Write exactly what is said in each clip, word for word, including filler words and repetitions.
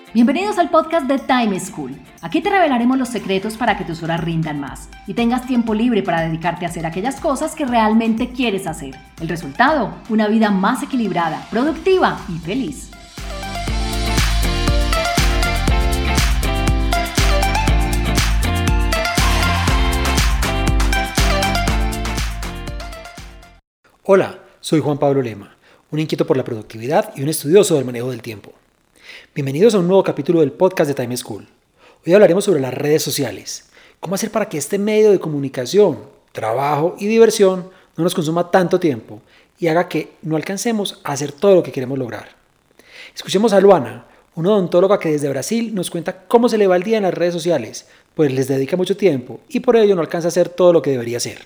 Bienvenidos al podcast de Time School. Aquí te revelaremos los secretos para que tus horas rindan más y tengas tiempo libre para dedicarte a hacer aquellas cosas que realmente quieres hacer. El resultado, una vida más equilibrada, productiva y feliz. Hola, soy Juan Pablo Lema, un inquieto por la productividad y un estudioso del manejo del tiempo. Bienvenidos a un nuevo capítulo del podcast de Time School. Hoy hablaremos sobre las redes sociales, cómo hacer para que este medio de comunicación, trabajo y diversión no nos consuma tanto tiempo y haga que no alcancemos a hacer todo lo que queremos lograr. Escuchemos a Luana, una odontóloga que desde Brasil nos cuenta cómo se le va el día en las redes sociales, pues les dedica mucho tiempo y por ello no alcanza a hacer todo lo que debería hacer.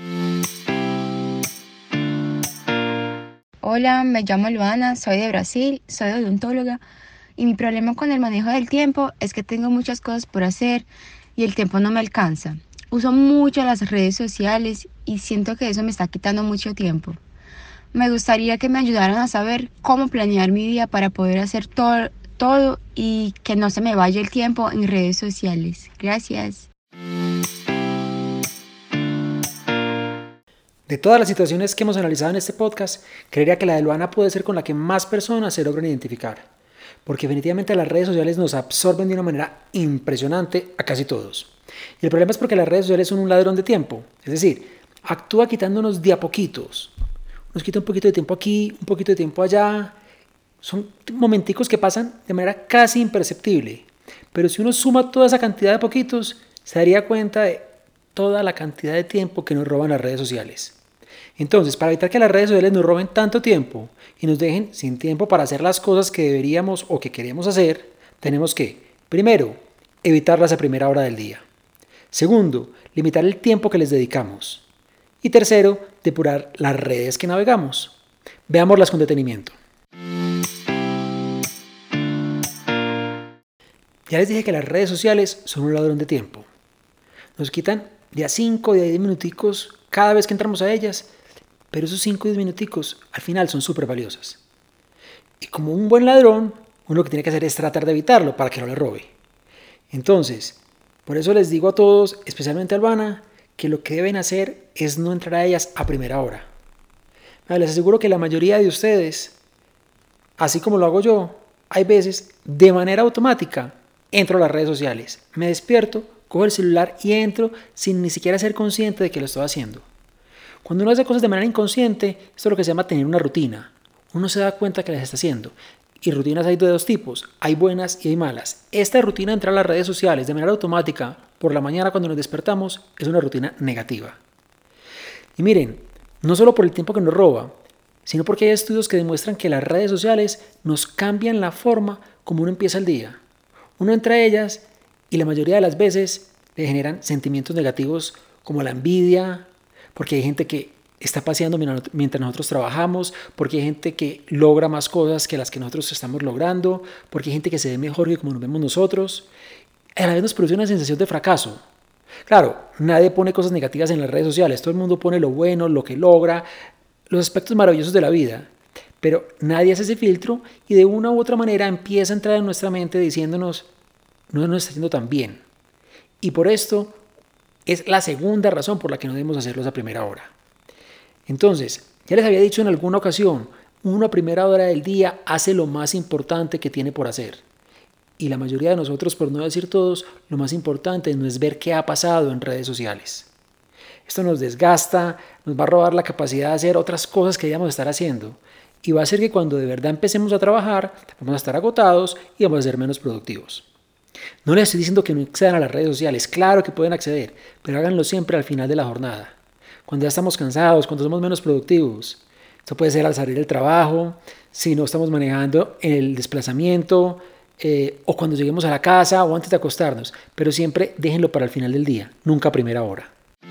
Hola, me llamo Luana, soy de Brasil, soy odontóloga y mi problema con el manejo del tiempo es que tengo muchas cosas por hacer y el tiempo no me alcanza. Uso mucho las redes sociales y siento que eso me está quitando mucho tiempo. Me gustaría que me ayudaran a saber cómo planear mi día para poder hacer todo, todo y que no se me vaya el tiempo en redes sociales. Gracias. De todas las situaciones que hemos analizado en este podcast, creería que la de Luana puede ser con la que más personas se logran identificar, porque definitivamente las redes sociales nos absorben de una manera impresionante a casi todos. Y el problema es porque las redes sociales son un ladrón de tiempo, es decir, actúa quitándonos de a poquitos. Nos quita un poquito de tiempo aquí, un poquito de tiempo allá. Son momenticos que pasan de manera casi imperceptible, pero si uno suma toda esa cantidad de poquitos, se daría cuenta de toda la cantidad de tiempo que nos roban las redes sociales. Entonces, para evitar que las redes sociales nos roben tanto tiempo y nos dejen sin tiempo para hacer las cosas que deberíamos o que queremos hacer, tenemos que, primero, evitarlas a primera hora del día. Segundo, limitar el tiempo que les dedicamos. Y tercero, depurar las redes que navegamos. Veámoslas con detenimiento. Ya les dije que las redes sociales son un ladrón de tiempo. Nos quitan de a cinco, de a diez minuticos cada vez que entramos a ellas, pero esos cinco o diez minuticos al final son súper valiosas. Y como un buen ladrón, uno lo que tiene que hacer es tratar de evitarlo para que no le robe. Entonces, por eso les digo a todos, especialmente a Luana, que lo que deben hacer es no entrar a ellas a primera hora. Les aseguro que la mayoría de ustedes, así como lo hago yo, hay veces, de manera automática, entro a las redes sociales, me despierto, cojo el celular y entro sin ni siquiera ser consciente de que lo estoy haciendo. Cuando uno hace cosas de manera inconsciente, esto es lo que se llama tener una rutina. Uno se da cuenta que las está haciendo. Y rutinas hay de dos tipos, hay buenas y hay malas. Esta rutina de entrar a las redes sociales de manera automática por la mañana cuando nos despertamos es una rutina negativa. Y miren, no solo por el tiempo que nos roba, sino porque hay estudios que demuestran que las redes sociales nos cambian la forma como uno empieza el día. Uno entra a ellas y la mayoría de las veces le generan sentimientos negativos como la envidia, porque hay gente que está paseando mientras nosotros trabajamos, porque hay gente que logra más cosas que las que nosotros estamos logrando, porque hay gente que se ve mejor que como nos vemos nosotros. A la vez nos produce una sensación de fracaso. Claro, nadie pone cosas negativas en las redes sociales, todo el mundo pone lo bueno, lo que logra, los aspectos maravillosos de la vida, pero nadie hace ese filtro y de una u otra manera empieza a entrar en nuestra mente diciéndonos, no nos está haciendo tan bien. Y por esto es la segunda razón por la que no debemos hacerlos a primera hora. Entonces, ya les había dicho en alguna ocasión, uno a primera hora del día hace lo más importante que tiene por hacer. Y la mayoría de nosotros, por no decir todos, lo más importante no es ver qué ha pasado en redes sociales. Esto nos desgasta, nos va a robar la capacidad de hacer otras cosas que debamos estar haciendo. Y va a hacer que cuando de verdad empecemos a trabajar, vamos a estar agotados y vamos a ser menos productivos. No les estoy diciendo que no accedan a las redes sociales, claro que pueden acceder, pero háganlo siempre al final de la jornada. Cuando ya estamos cansados, cuando somos menos productivos. Esto puede ser al salir del trabajo, si no estamos manejando el desplazamiento, eh, o cuando lleguemos a la casa o antes de acostarnos, pero siempre déjenlo para el final del día, nunca a primera hora.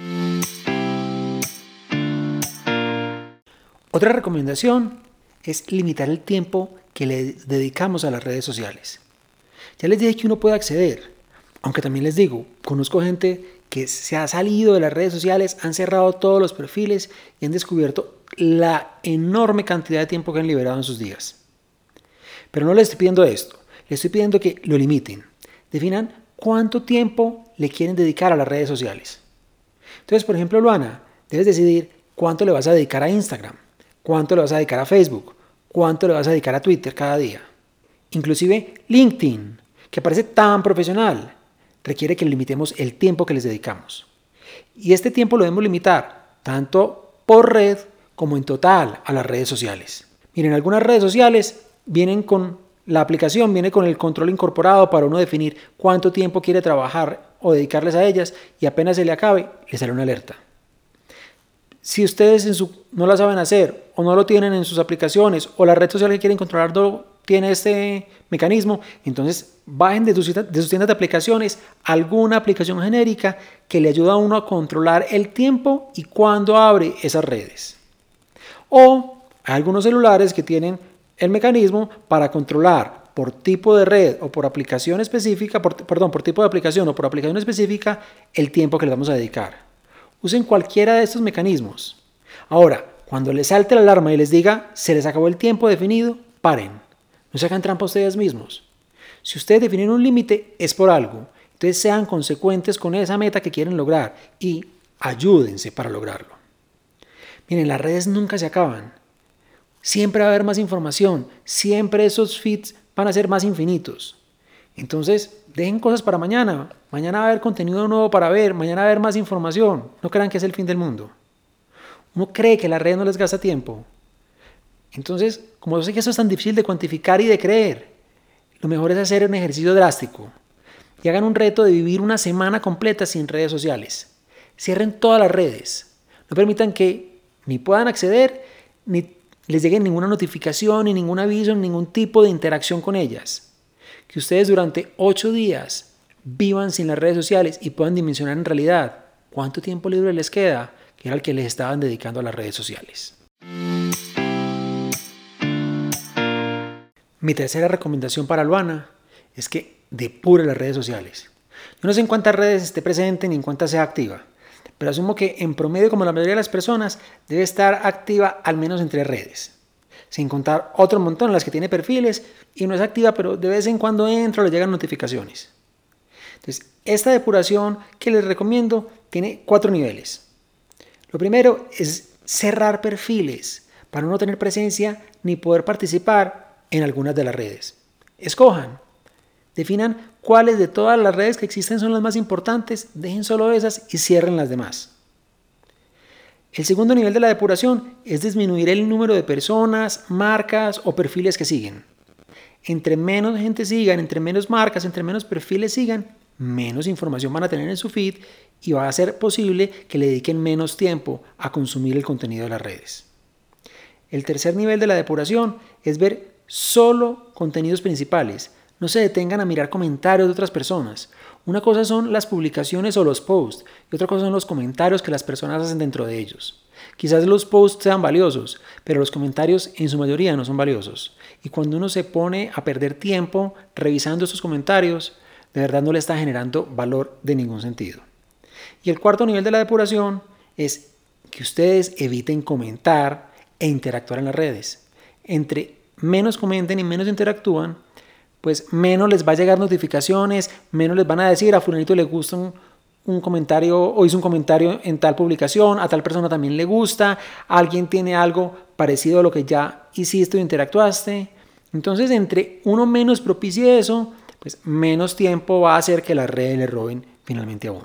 Otra recomendación es limitar el tiempo que le dedicamos a las redes sociales. Ya les dije que uno puede acceder, aunque también les digo, conozco gente que se ha salido de las redes sociales, han cerrado todos los perfiles y han descubierto la enorme cantidad de tiempo que han liberado en sus días. Pero no les estoy pidiendo esto, le estoy pidiendo que lo limiten. Definan cuánto tiempo le quieren dedicar a las redes sociales. Entonces, por ejemplo, Luana, debes decidir cuánto le vas a dedicar a Instagram, cuánto le vas a dedicar a Facebook, cuánto le vas a dedicar a Twitter cada día. Inclusive LinkedIn, que parece tan profesional, requiere que limitemos el tiempo que les dedicamos. Y este tiempo lo debemos limitar tanto por red como en total a las redes sociales. Miren, algunas redes sociales vienen con la aplicación, viene con el control incorporado para uno definir cuánto tiempo quiere trabajar o dedicarles a ellas y apenas se le acabe, le sale una alerta. Si ustedes en su, no la saben hacer o no lo tienen en sus aplicaciones o la red social que quieren controlar no tiene este mecanismo, entonces bajen de sus, de sus tiendas de aplicaciones alguna aplicación genérica que le ayude a uno a controlar el tiempo y cuándo abre esas redes. O hay algunos celulares que tienen el mecanismo para controlar por tipo de red o por aplicación específica, por, perdón, por tipo de aplicación o por aplicación específica, el tiempo que le vamos a dedicar. Usen cualquiera de estos mecanismos. Ahora, cuando les salte la alarma y les diga, se les acabó el tiempo definido, paren. No se hagan trampa ustedes mismos. Si ustedes definen un límite, es por algo. Entonces sean consecuentes con esa meta que quieren lograr y ayúdense para lograrlo. Miren, las redes nunca se acaban. Siempre va a haber más información. Siempre esos feeds van a ser más infinitos. Entonces, dejen cosas para mañana. Mañana va a haber contenido nuevo para ver. Mañana va a haber más información. No crean que es el fin del mundo. Uno cree que la red no les gasta tiempo. Entonces, como yo sé que eso es tan difícil de cuantificar y de creer, lo mejor es hacer un ejercicio drástico. Y hagan un reto de vivir una semana completa sin redes sociales. Cierren todas las redes. No permitan que ni puedan acceder, ni les llegue ninguna notificación, ni ningún aviso, ni ningún tipo de interacción con ellas. Que ustedes durante ocho días vivan sin las redes sociales y puedan dimensionar en realidad cuánto tiempo libre les queda, que era el que les estaban dedicando a las redes sociales. Mi tercera recomendación para Luana es que depure las redes sociales. Yo no sé en cuántas redes esté presente ni en cuántas sea activa, pero asumo que en promedio, como la mayoría de las personas, debe estar activa al menos en tres redes. Sin contar otro montón en las que tiene perfiles y no es activa, pero de vez en cuando entra o le llegan notificaciones. Entonces, esta depuración que les recomiendo tiene cuatro niveles. Lo primero es cerrar perfiles para no tener presencia ni poder participar en algunas de las redes. Escojan, definan cuáles de todas las redes que existen son las más importantes, dejen solo esas y cierren las demás. El segundo nivel de la depuración es disminuir el número de personas, marcas o perfiles que siguen. Entre menos gente sigan, entre menos marcas, entre menos perfiles sigan, menos información van a tener en su feed y va a ser posible que le dediquen menos tiempo a consumir el contenido de las redes. El tercer nivel de la depuración es ver solo contenidos principales. No se detengan a mirar comentarios de otras personas. Una cosa son las publicaciones o los posts y otra cosa son los comentarios que las personas hacen dentro de ellos. Quizás los posts sean valiosos, pero los comentarios en su mayoría no son valiosos. Y cuando uno se pone a perder tiempo revisando esos comentarios, de verdad no le está generando valor de ningún sentido. Y el cuarto nivel de la depuración es que ustedes eviten comentar e interactuar en las redes. Entre menos comenten y menos interactúan, pues menos les va a llegar notificaciones, menos les van a decir a fulanito le gusta un, un comentario o hizo un comentario en tal publicación, a tal persona también le gusta, alguien tiene algo parecido a lo que ya hiciste o interactuaste. Entonces, entre uno menos propicie eso, pues menos tiempo va a hacer que las redes le roben finalmente a uno.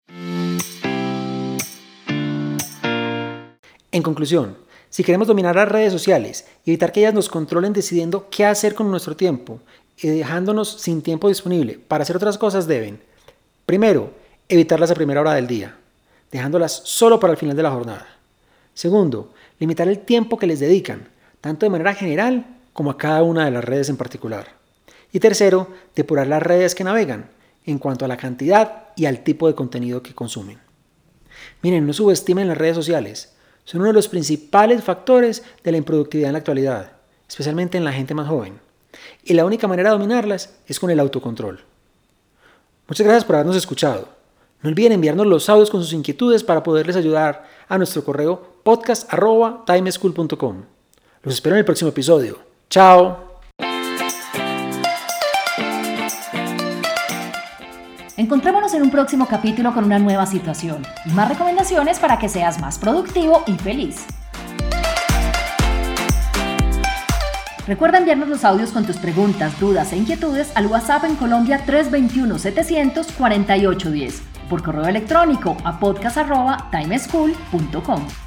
En conclusión, si queremos dominar las redes sociales y evitar que ellas nos controlen decidiendo qué hacer con nuestro tiempo y dejándonos sin tiempo disponible para hacer otras cosas, deben, primero, evitarlas a primera hora del día, dejándolas solo para el final de la jornada. Segundo, limitar el tiempo que les dedican, tanto de manera general como a cada una de las redes en particular. Y tercero, depurar las redes que navegan en cuanto a la cantidad y al tipo de contenido que consumen. Miren, no subestimen las redes sociales. Son uno de los principales factores de la improductividad en la actualidad, especialmente en la gente más joven. Y la única manera de dominarlas es con el autocontrol. Muchas gracias por habernos escuchado. No olviden enviarnos los audios con sus inquietudes para poderles ayudar a nuestro correo podcast arroba timeschool punto com. Los espero en el próximo episodio. ¡Chao! Encontrémonos en un próximo capítulo con una nueva situación y más recomendaciones para que seas más productivo y feliz. Recuerda enviarnos los audios con tus preguntas, dudas e inquietudes al WhatsApp en Colombia tres dos uno, setecientos, cuarenta y ocho diez, por correo electrónico a podcast arroba timeschool punto com.